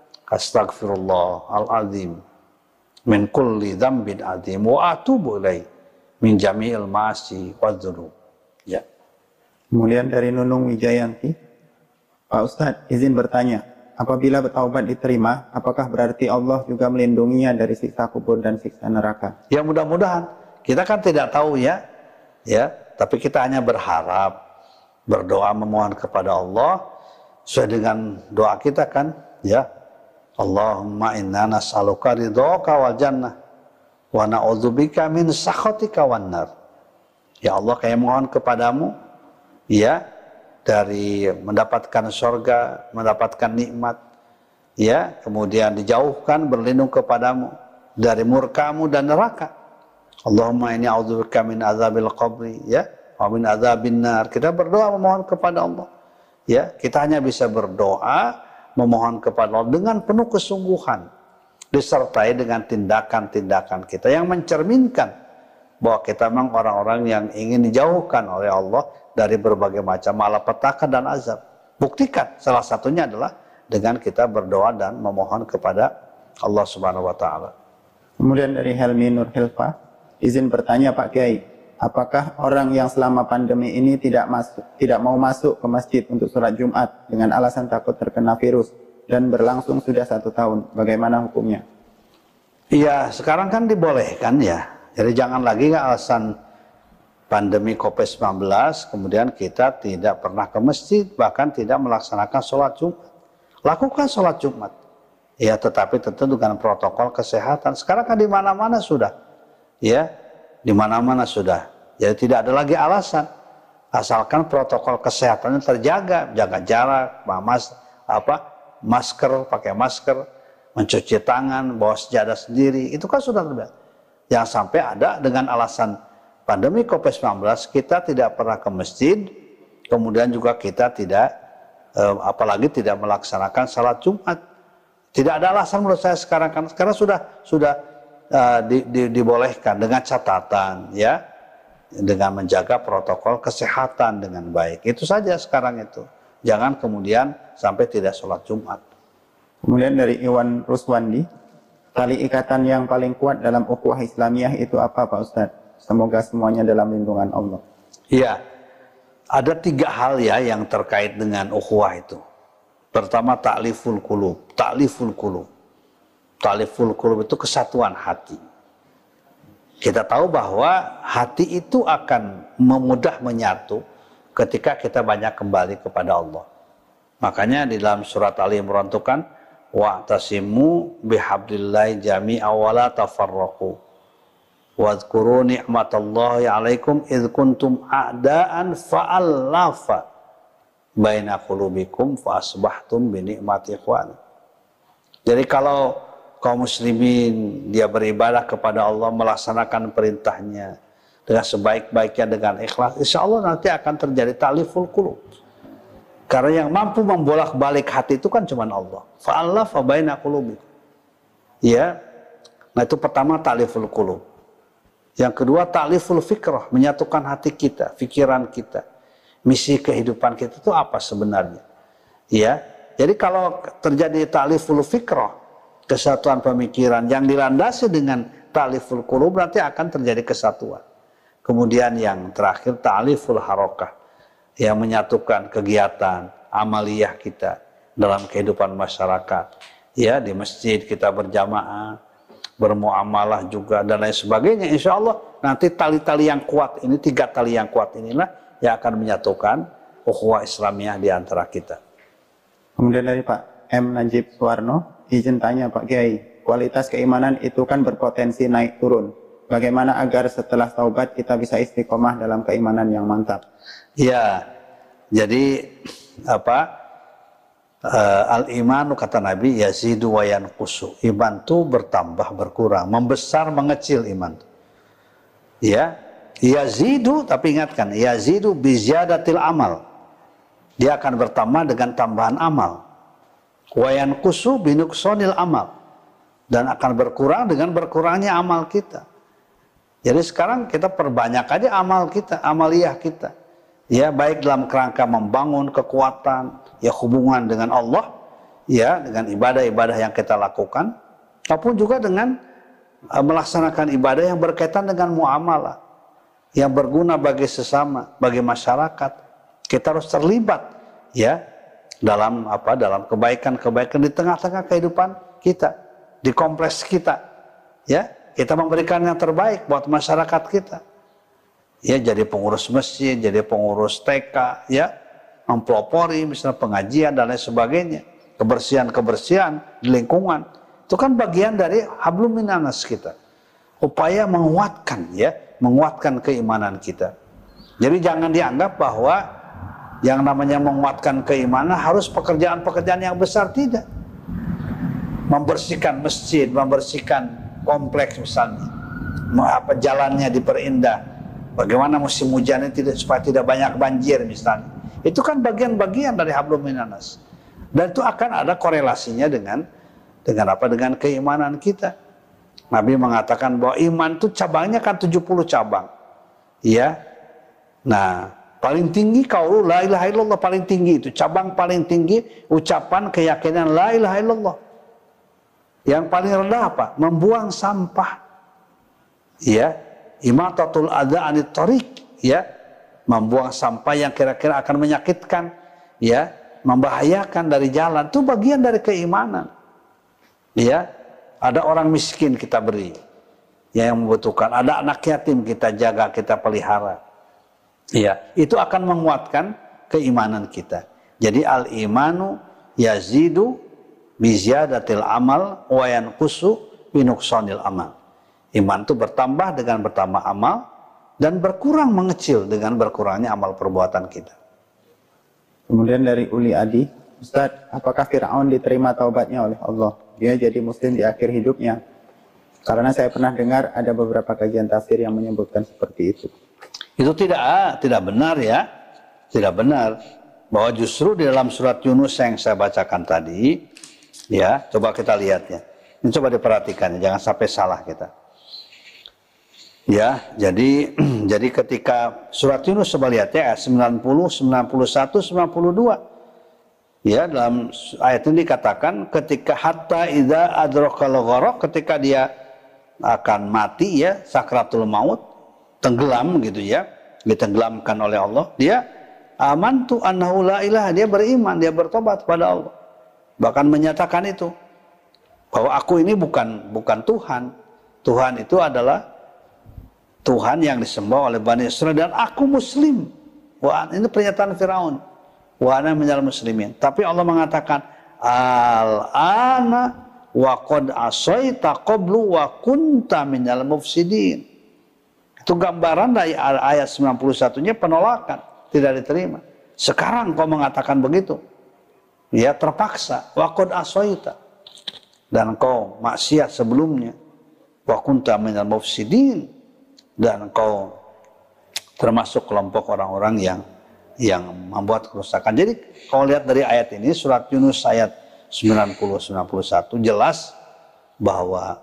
Astaghfirullahaladzim min kulli dzambin adzim wa atubu ilaih min jami'il ma'asi wadzunub. Ya. Kemudian dari Nunung Wijayanti, Pak Ustadz izin bertanya, apabila bertaubat diterima, apakah berarti Allah juga melindunginya dari siksa kubur dan siksa neraka? Ya mudah-mudahan. Kita kan tidak tahu ya, tapi kita hanya berharap, berdoa memohon kepada Allah sesuai dengan doa kita kan, ya. Allahumma inna nas'aluka ridhaka wal jannah wa na'udzubika min sakhatika wan nar. Ya Allah, kami mohon kepadamu ya dari mendapatkan surga, mendapatkan nikmat, ya, kemudian dijauhkan berlindung kepadamu dari murkamu dan neraka. Allahumma inni a'udzubika min azabil qabri, ya, wa min azabin nar. Kita berdoa memohon kepada Allah. Ya, kita hanya bisa berdoa memohon kepada Allah dengan penuh kesungguhan, disertai dengan tindakan-tindakan kita yang mencerminkan bahwa kita memang orang-orang yang ingin dijauhkan oleh Allah dari berbagai macam malapetaka dan azab. Buktikan, salah satunya adalah dengan kita berdoa dan memohon kepada Allah Subhanahu wa taala. Kemudian dari Helmi Nur Hilfa, izin bertanya Pak Kiai, apakah orang yang selama pandemi ini tidak mau masuk ke masjid untuk sholat Jumat dengan alasan takut terkena virus dan berlangsung sudah 1 tahun, bagaimana hukumnya? Iya, sekarang kan dibolehkan ya. Jadi jangan lagi alasan pandemi COVID-19 kemudian kita tidak pernah ke masjid, bahkan tidak melaksanakan sholat Jumat. Lakukan sholat Jumat, ya, tetapi tentu dengan protokol kesehatan. Sekarang kan di mana-mana sudah, ya, di mana-mana sudah. Jadi tidak ada lagi alasan, asalkan protokol kesehatannya terjaga, jaga jarak, masker, pakai masker, mencuci tangan, bawa sejadah sendiri, itu kan sudah terbiasa. Yang sampai ada dengan alasan pandemi COVID-19 kita tidak pernah ke masjid, kemudian juga kita tidak apalagi tidak melaksanakan salat Jumat. Tidak ada alasan menurut saya sekarang, kan sekarang sudah dibolehkan dengan catatan ya, dengan menjaga protokol kesehatan dengan baik. Itu saja sekarang itu. Jangan kemudian sampai tidak sholat Jumat. Kemudian dari Iwan Ruswandi, tali ikatan yang paling kuat dalam ukhuwah Islamiyah itu apa Pak Ustadz? Semoga semuanya dalam lindungan Allah. Iya, ada 3 hal ya yang terkait dengan ukhuwah itu. Pertama, ta'liful qulub. Ta'liful qulub. Ta'liful qulub itu kesatuan hati. Kita tahu bahwa hati itu akan mudah menyatu ketika kita banyak kembali kepada Allah. Makanya di dalam surat Ali Imran itu kan wa'tasimu bihablillahi jami'a wa la tafarraqu wadhkuru ni'matallahi 'alaikum idz kuntum a'daan fa'alafa baina qulubikum fa asbahtum bi ni'mati ikhwan. Jadi kalau kaum muslimin dia beribadah kepada Allah, melaksanakan perintahnya dengan sebaik-baiknya dengan ikhlas, insya Allah nanti akan terjadi ta'liful qulub. Karena yang mampu membolak-balik hati itu kan cuma Allah. Fa'alafa baina qulubikum. Ya. Nah itu pertama ta'liful qulub. Yang kedua ta'liful fikrah, menyatukan hati kita, pikiran kita. Misi kehidupan kita itu apa sebenarnya? Ya. Jadi kalau terjadi ta'liful fikrah, kesatuan pemikiran yang dilandasi dengan ta'liful qulub, nanti akan terjadi kesatuan. Kemudian yang terakhir ta'liful harakah, yang menyatukan kegiatan amaliyah kita dalam kehidupan masyarakat. Ya, di masjid kita berjamaah, bermuamalah juga dan lain sebagainya. Insya Allah nanti tali-tali yang kuat ini, 3 tali yang kuat inilah yang akan menyatukan ukhuwah Islamiyah di antara kita. Kemudian dari Pak M. Najib Suwarno, izin tanya Pak Kiai, kualitas keimanan itu kan berpotensi naik turun. Bagaimana agar setelah taubat kita bisa istiqomah dalam keimanan yang mantap? Ya, jadi apa? Al-imanu kata Nabi yazidu wa yanqusu. Iman itu bertambah berkurang, membesar mengecil iman. Ya, yazidu, tapi ingatkan, yazidu bi ziyadatil amal. Dia akan bertambah dengan tambahan amal. Wa yanqusu bi nuqsanil amal. Dan akan berkurang dengan berkurangnya amal kita. Jadi sekarang kita perbanyak aja amal kita, amaliyah kita. Ya, baik dalam kerangka membangun kekuatan, ya hubungan dengan Allah, ya dengan ibadah-ibadah yang kita lakukan, maupun juga dengan melaksanakan ibadah yang berkaitan dengan muamalah, yang berguna bagi sesama, bagi masyarakat. Kita harus terlibat, ya, dalam apa? Dalam kebaikan-kebaikan di tengah-tengah kehidupan kita, di kompleks kita, ya. Kita memberikan yang terbaik buat masyarakat kita. Ya, jadi pengurus masjid, jadi pengurus TK, ya, mempelopori misalnya pengajian dan lain sebagainya. Kebersihan-kebersihan di lingkungan. Itu kan bagian dari hablum minanas kita. Upaya menguatkan, ya, menguatkan keimanan kita. Jadi jangan dianggap bahwa yang namanya menguatkan keimanan harus pekerjaan-pekerjaan yang besar, tidak. Membersihkan masjid, membersihkan kompleks misalnya, apa jalannya diperindah, bagaimana musim hujan ini supaya tidak banyak banjir misalnya, itu kan bagian-bagian dari hablum minanas, dan itu akan ada korelasinya dengan apa? Dengan keimanan kita. Nabi mengatakan bahwa iman itu cabangnya kan 70 cabang, ya. Nah, paling tinggi qaulu la ilaha illallah, paling tinggi itu cabang paling tinggi ucapan keyakinan la ilaha illallah. Yang paling rendah apa? Membuang sampah. Ya, imatatul adza anit thariq, ya. Membuang sampah yang kira-kira akan menyakitkan, ya, membahayakan dari jalan. Itu bagian dari keimanan. Ya. Ada orang miskin kita beri, yang membutuhkan. Ada anak yatim kita jaga, kita pelihara. Ya, itu akan menguatkan keimanan kita. Jadi al-imanu yazidu biziyadatil amal wa yanqusu bi nuqsanil amal. Iman itu bertambah dengan bertambah amal dan berkurang mengecil dengan berkurangnya amal perbuatan kita. Kemudian dari Uli Adi, Ustadz, apakah Fir'aun diterima taubatnya oleh Allah? Dia jadi muslim di akhir hidupnya. Karena saya pernah dengar ada beberapa kajian tafsir yang menyebutkan seperti itu. Itu tidak benar ya. Tidak benar. Bahwa justru di dalam surat Yunus yang saya bacakan tadi, ya, coba kita lihat ya. Ini coba diperhatikan, jangan sampai salah kita. Ya, jadi ketika surat Yunus coba lihat ya, 90, 91, 92. Ya, dalam ayat ini dikatakan ketika hatta idza adrakal gharaq, ketika dia akan mati ya, sakratul maut, tenggelam gitu ya, ditenggelamkan oleh Allah, dia amantu annahu la ilaha, dia beriman, dia bertobat kepada Allah. Bahkan menyatakan itu bahwa aku ini bukan Tuhan. Tuhan itu adalah Tuhan yang disembah oleh Bani Israil dan aku muslim. Wah, ini pernyataan Firaun. Wa ana minal muslimin. Tapi Allah mengatakan al-ana wa qad asaita qablu wa kunta minal mufsidin. Itu gambaran dari ayat 91-nya penolakan, tidak diterima. Sekarang kau mengatakan begitu. Ya, terpaksa. Wa qad asaita. Dan kau maksiat sebelumnya. Wa kunta minal mufsidin. Dan kau termasuk kelompok orang-orang yang membuat kerusakan. Jadi kalau lihat dari ayat ini, surat Yunus ayat 90-91 jelas bahwa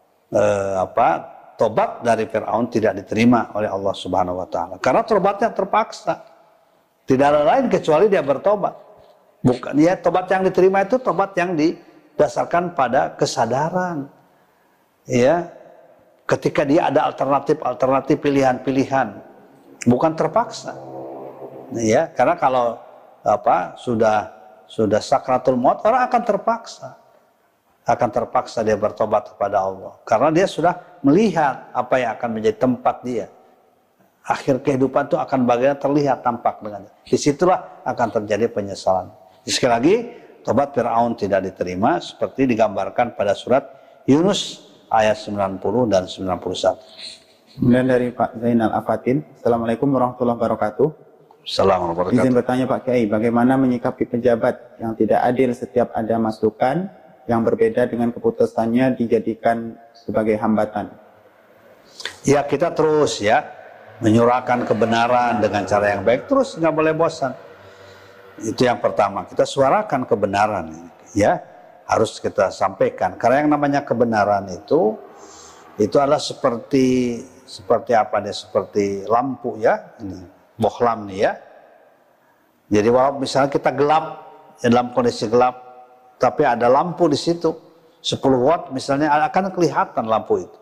tobat dari Firaun tidak diterima oleh Allah Subhanahu wa taala. Karena tobatnya terpaksa. Tidak ada lain kecuali dia bertobat. Bukan ya, tobat yang diterima itu tobat yang didasarkan pada kesadaran. Ya. Ketika dia ada alternatif pilihan-pilihan, bukan terpaksa. Ya, karena kalau sudah sakratul maut, orang akan terpaksa dia bertobat kepada Allah, karena dia sudah melihat apa yang akan menjadi tempat dia. Akhir kehidupan itu akan bagaimana terlihat tampak dengannya. Disitulah akan terjadi penyesalan. Sekali lagi, tobat Firaun tidak diterima seperti digambarkan pada surat Yunus ayat 90 dan 91. Kemudian dari Pak Zainal Afatin, Assalamualaikum warahmatullahi wabarakatuh. Assalamualaikum. Izin bertanya Pak Kiai, bagaimana menyikapi pejabat yang tidak adil setiap ada masukan yang berbeda dengan keputusannya dijadikan sebagai hambatan? Ya, kita terus ya menyuarakan kebenaran dengan cara yang baik, terus nggak boleh bosan. Itu yang pertama, kita suarakan kebenaran ya. Harus kita sampaikan, karena yang namanya kebenaran itu adalah seperti apa nih, seperti lampu ya, ini bohlam nih ya. Jadi kalau misalnya kita gelap, ya dalam kondisi gelap, tapi ada lampu di situ 10 watt misalnya, akan kelihatan lampu itu.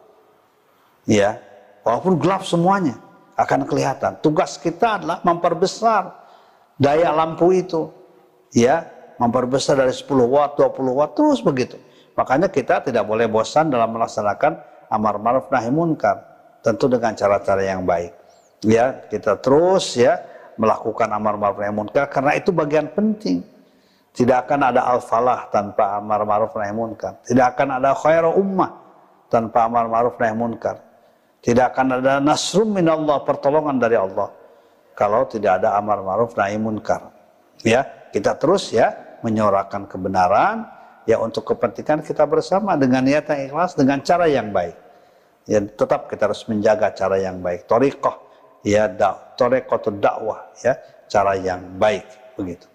Ya, walaupun gelap semuanya akan kelihatan. Tugas kita adalah memperbesar daya lampu itu, ya. Memperbesar dari 10 watt, 20 watt, terus begitu. Makanya kita tidak boleh bosan dalam melaksanakan amar ma'ruf nahi munkar, tentu dengan cara-cara yang baik. Ya, kita terus ya melakukan amar ma'ruf nahi munkar, karena itu bagian penting. Tidak akan ada al-falah tanpa amar ma'ruf nahi munkar. Tidak akan ada khairu ummah tanpa amar ma'ruf nahi munkar. Tidak akan ada nasrum minallah, pertolongan dari Allah, kalau tidak ada amar ma'ruf nahi munkar. Ya, kita terus ya menyuarakan kebenaran ya untuk kepentingan kita bersama dengan niat yang ikhlas, dengan cara yang baik. Ya, tetap kita harus menjaga cara yang baik. Thariqah ya, thariqatud dakwah ya, cara yang baik begitu.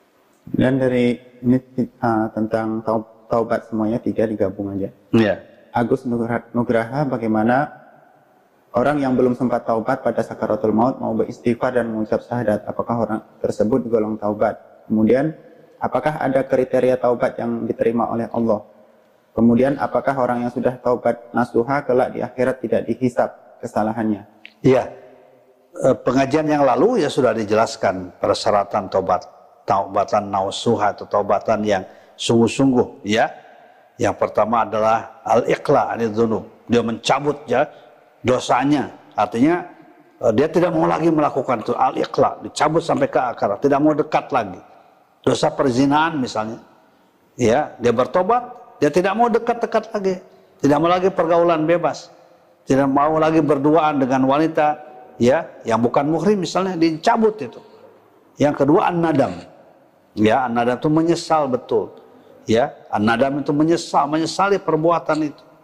Dan dari ini tentang taubat semuanya 3 digabung aja. Ya. Agus Nugraha, bagaimana orang yang belum sempat taubat pada sakaratul maut mau beristighfar dan mengucap syahadat, apakah orang tersebut digolong taubat? Kemudian, apakah ada kriteria taubat yang diterima oleh Allah? Kemudian, apakah orang yang sudah taubat nasuha kelak di akhirat tidak dihisab kesalahannya? Iya, pengajian yang lalu ya sudah dijelaskan persyaratan taubatan nasuha atau taubatan yang sungguh-sungguh ya. Yang pertama adalah al-iqla anidz-dzunub, dia mencabut ya dosanya, artinya dia tidak mau lagi melakukan itu, al-iqla, dicabut sampai ke akar, tidak mau dekat lagi. Dosa perzinahan misalnya, ya, dia bertobat, dia tidak mau dekat-dekat lagi, tidak mau lagi pergaulan bebas, tidak mau lagi berduaan dengan wanita, ya, yang bukan muhrim misalnya, dicabut itu. Yang kedua an-nadam, ya, an-nadam itu menyesal betul, ya, an-nadam itu menyesali perbuatan itu.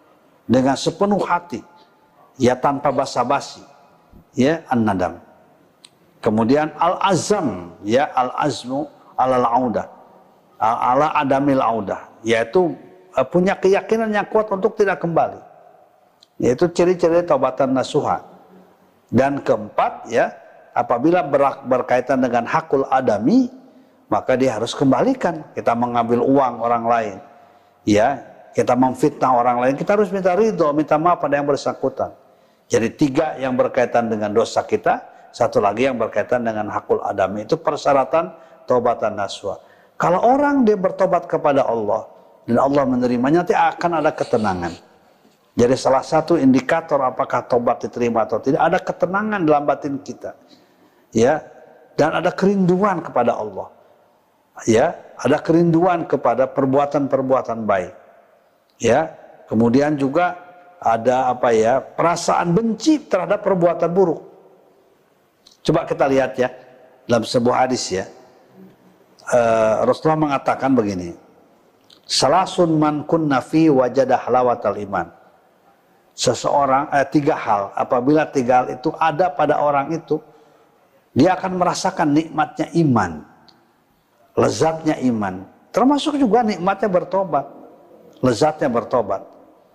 dengan sepenuh hati, ya tanpa basa-basi, ya an-nadam. Kemudian al-azam, ya al-azmu alal audah, ala adamil audah, yaitu punya keyakinan yang kuat untuk tidak kembali. Yaitu ciri-ciri taubatan nasuha. Dan keempat, ya, apabila berkaitan dengan hakul adami, maka dia harus kembalikan. Kita mengambil uang orang lain, ya, kita memfitnah orang lain, kita harus minta ridho, minta maaf pada yang bersangkutan. Jadi 3 yang berkaitan dengan dosa kita, 1 lagi yang berkaitan dengan hakul adami. Itu persyaratan taubatan nasuha. Kalau orang dia bertobat kepada Allah dan Allah menerimanya, nanti akan ada ketenangan. Jadi salah satu indikator apakah tobat diterima atau tidak, ada ketenangan dalam batin kita, ya, dan ada kerinduan kepada Allah, ya, ada kerinduan kepada perbuatan-perbuatan baik, ya. Kemudian juga ada apa ya, perasaan benci terhadap perbuatan buruk. Coba kita lihat ya dalam sebuah hadis ya, Rasulullah mengatakan begini, salasun man kunna fi wajada halawatal iman. Seseorang 3 hal, apabila 3 hal itu ada pada orang itu, dia akan merasakan nikmatnya iman, lezatnya iman, termasuk juga nikmatnya bertobat, lezatnya bertobat.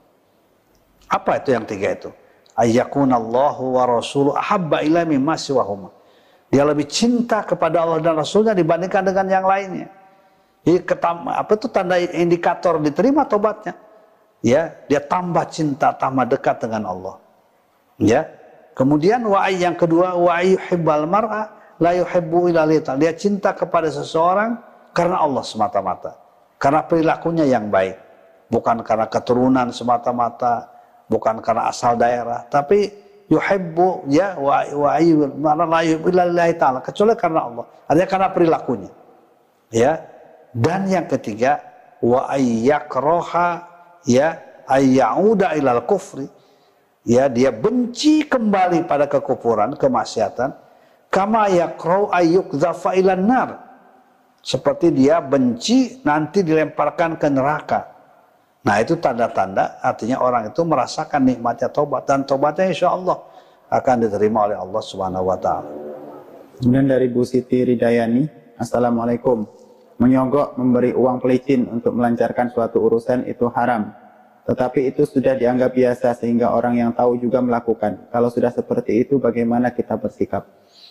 Apa itu yang 3 itu? Ayyakunallahu wa rasuluhu ahabba ila mimma siwahuma. Dia lebih cinta kepada Allah dan Rasulnya dibandingkan dengan yang lainnya. Jadi apa itu tanda indikator diterima tobatnya? Ya, dia tambah cinta, tambah dekat dengan Allah. Ya. Kemudian yang kedua, wa yuhibbal mar'a la yuhibbu illa lillah. Dia cinta kepada seseorang karena Allah semata-mata. Karena perilakunya yang baik, bukan karena keturunan semata-mata, bukan karena asal daerah, tapi yuhibbu, ya, wa yuhibbal la yuhibbu illa lillah ta'ala, kecuali karena Allah. Artinya karena perilakunya. Ya. Dan yang ketiga, wa ayyakraha, ya, ayyauda ilal kufri, ya, dia benci kembali pada kekufuran, kemaksiatan, kama yakrau ayyukdhafa ilan nar, seperti dia benci nanti dilemparkan ke neraka. Nah, itu tanda-tanda artinya orang itu merasakan nikmatnya tobat, dan tobatnya insya Allah akan diterima oleh Allah Subhanahu wa ta'ala. Kemudian dari Bu Siti Ridayani, Assalamualaikum. Menyogok, memberi uang pelicin untuk melancarkan suatu urusan itu haram. Tetapi itu sudah dianggap biasa sehingga orang yang tahu juga melakukan. Kalau sudah seperti itu, bagaimana kita bersikap?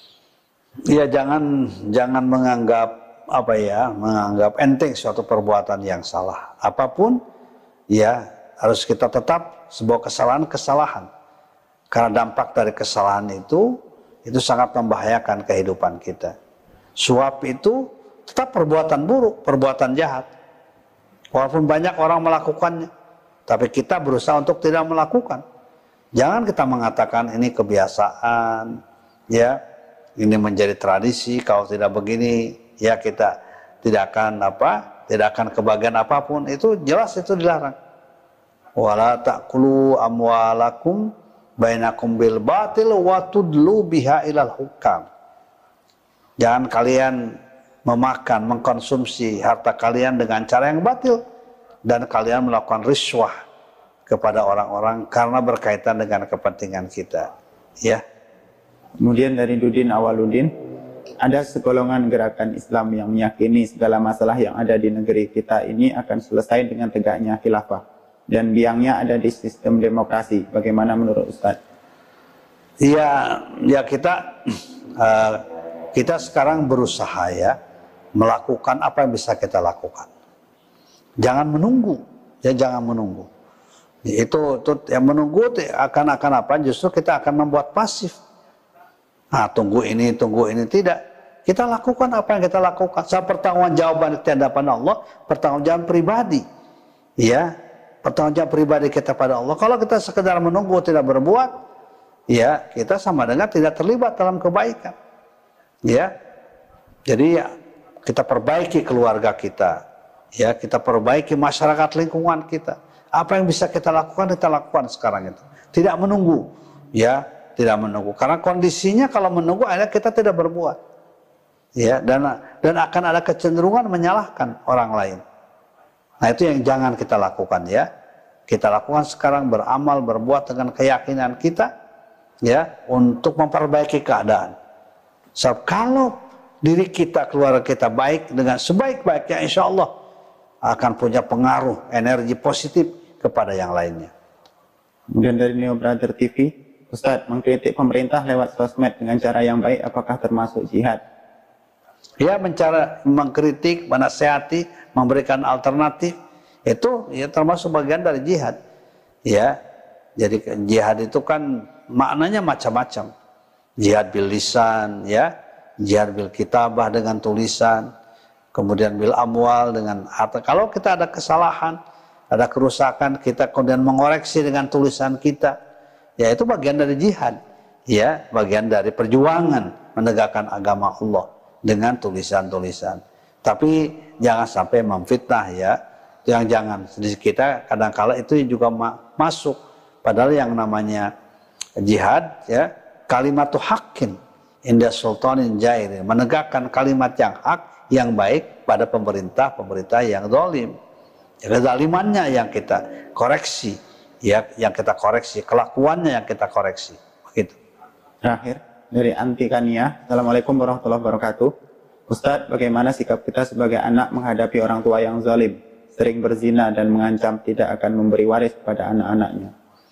Ya, jangan menganggap apa ya, menganggap enteng suatu perbuatan yang salah. Apapun, ya, harus kita tetap sebuah kesalahan. Karena dampak dari kesalahan itu sangat membahayakan kehidupan kita. Suap itu tetap perbuatan buruk, perbuatan jahat. Walaupun banyak orang melakukannya, tapi kita berusaha untuk tidak melakukan. Jangan kita mengatakan ini kebiasaan, ya, ini menjadi tradisi. Kalau tidak begini, ya kita tidak akan kebagian apapun. Itu jelas, itu dilarang. Wala ta'kulu amwalakum bainakum bil batil wa tudlu biha ilal hukam. Jangan kalian memakan, mengkonsumsi harta kalian dengan cara yang batil, dan kalian melakukan riswah kepada orang-orang karena berkaitan dengan kepentingan kita, ya. Kemudian dari Dudin Awaludin, ada segolongan gerakan Islam yang meyakini segala masalah yang ada di negeri kita ini akan selesai dengan tegaknya khilafah, dan biangnya ada di sistem demokrasi. Bagaimana menurut Ustaz? Ya kita sekarang berusaha, ya, melakukan apa yang bisa kita lakukan. Jangan menunggu, ya, jangan menunggu. Itu yang menunggu akan apa? Justru kita akan membuat pasif. Nah, tunggu ini tidak. Kita lakukan apa yang kita lakukan. Saya pertanggungjawaban di hadapan Allah, pertanggungjawaban pribadi, ya, pertanggungjawaban pribadi kita pada Allah. Kalau kita sekedar menunggu tidak berbuat, ya, kita sama dengan tidak terlibat dalam kebaikan, ya. Jadi ya, kita perbaiki keluarga kita, ya, kita perbaiki masyarakat lingkungan kita. Apa yang bisa kita lakukan sekarang itu. Tidak menunggu, ya, tidak menunggu. Karena kondisinya kalau menunggu akhirnya kita tidak berbuat, ya, dan akan ada kecenderungan menyalahkan orang lain. Nah, itu yang jangan kita lakukan, ya. kita lakukan sekarang, beramal, berbuat dengan keyakinan kita, ya, untuk memperbaiki keadaan. Sebab kalau diri kita, keluarga kita baik, dengan sebaik-baiknya insya Allah akan punya pengaruh energi positif kepada yang lainnya. Kemudian dari Neo Brother TV, Ustadz, mengkritik pemerintah lewat sosmed dengan cara yang baik apakah termasuk jihad? Ya, mengkritik, menasihati, memberikan alternatif, itu ya termasuk bagian dari jihad. Ya, jadi jihad itu kan maknanya macam-macam. Jihad bil lisan, ya, jihad bil kitabah dengan tulisan, kemudian bil amwal dengan harta. Kalau kita ada kesalahan, ada kerusakan, kita kemudian mengoreksi dengan tulisan kita, ya itu bagian dari jihad, ya, bagian dari perjuangan menegakkan agama Allah dengan tulisan-tulisan. Tapi jangan sampai memfitnah, ya. Jangan di kita kadang-kala itu juga masuk. Padahal yang namanya jihad, ya, kalimatu haqqin inda sultanin jair, menegakkan kalimat yang hak, yang baik pada pemerintah yang zalim. Ya, kezalimannya yang kita koreksi, ya, yang kita koreksi, kelakuannya yang kita koreksi. Begitu. Terakhir dari Antikania, Assalamualaikum warahmatullahi wabarakatuh. Ustadz, bagaimana sikap kita sebagai anak menghadapi orang tua yang zalim, sering berzina dan mengancam tidak akan memberi waris pada anak-anaknya?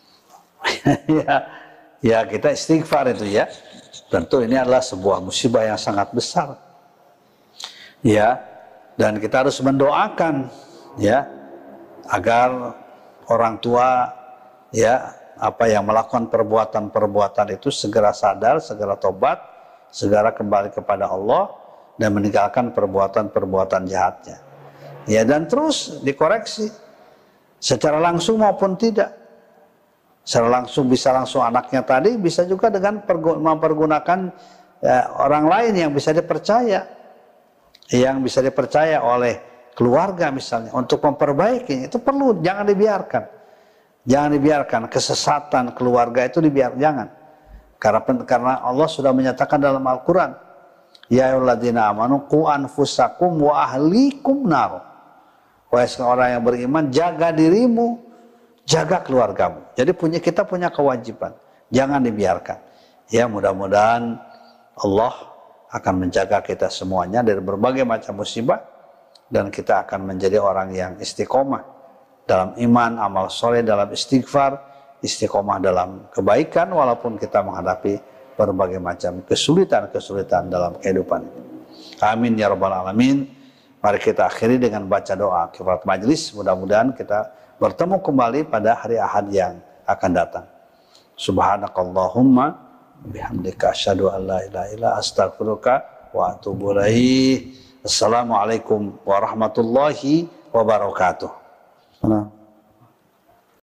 Ya, kita istighfar itu, ya. Tentu ini adalah sebuah musibah yang sangat besar. Ya, dan kita harus mendoakan, ya, agar orang tua, ya, apa yang melakukan perbuatan-perbuatan itu segera sadar, segera tobat, segera kembali kepada Allah dan meninggalkan perbuatan-perbuatan jahatnya. Ya, dan terus dikoreksi secara langsung maupun tidak. Secara langsung bisa langsung anaknya tadi, bisa juga dengan mempergunakan orang lain yang bisa dipercaya, yang bisa dipercaya oleh keluarga misalnya untuk memperbaiki. Itu perlu, jangan dibiarkan. Jangan dibiarkan kesesatan keluarga itu jangan. Karena Allah sudah menyatakan dalam Al-Quran, ya ayyuhalladzina amanu qu anfusakum wa ahlikum nar. Wahai orang yang beriman, jaga dirimu, jaga keluargamu. Jadi kita punya kewajiban, jangan dibiarkan. Ya, mudah-mudahan Allah akan menjaga kita semuanya dari berbagai macam musibah, dan kita akan menjadi orang yang istiqomah dalam iman, amal soleh, dalam istighfar, istiqomah dalam kebaikan walaupun kita menghadapi berbagai macam kesulitan-kesulitan dalam kehidupan ini. Amin ya rabbal alamin. Mari kita akhiri dengan baca doa kifarat majlis. Mudah-mudahan kita bertemu kembali pada hari Ahad yang akan datang. Subhanakallahumma bihamdika asyhadu an la ilaha illa astaghfiruka wa atubu ilaik. Assalamualaikum warahmatullahi wabarakatuh.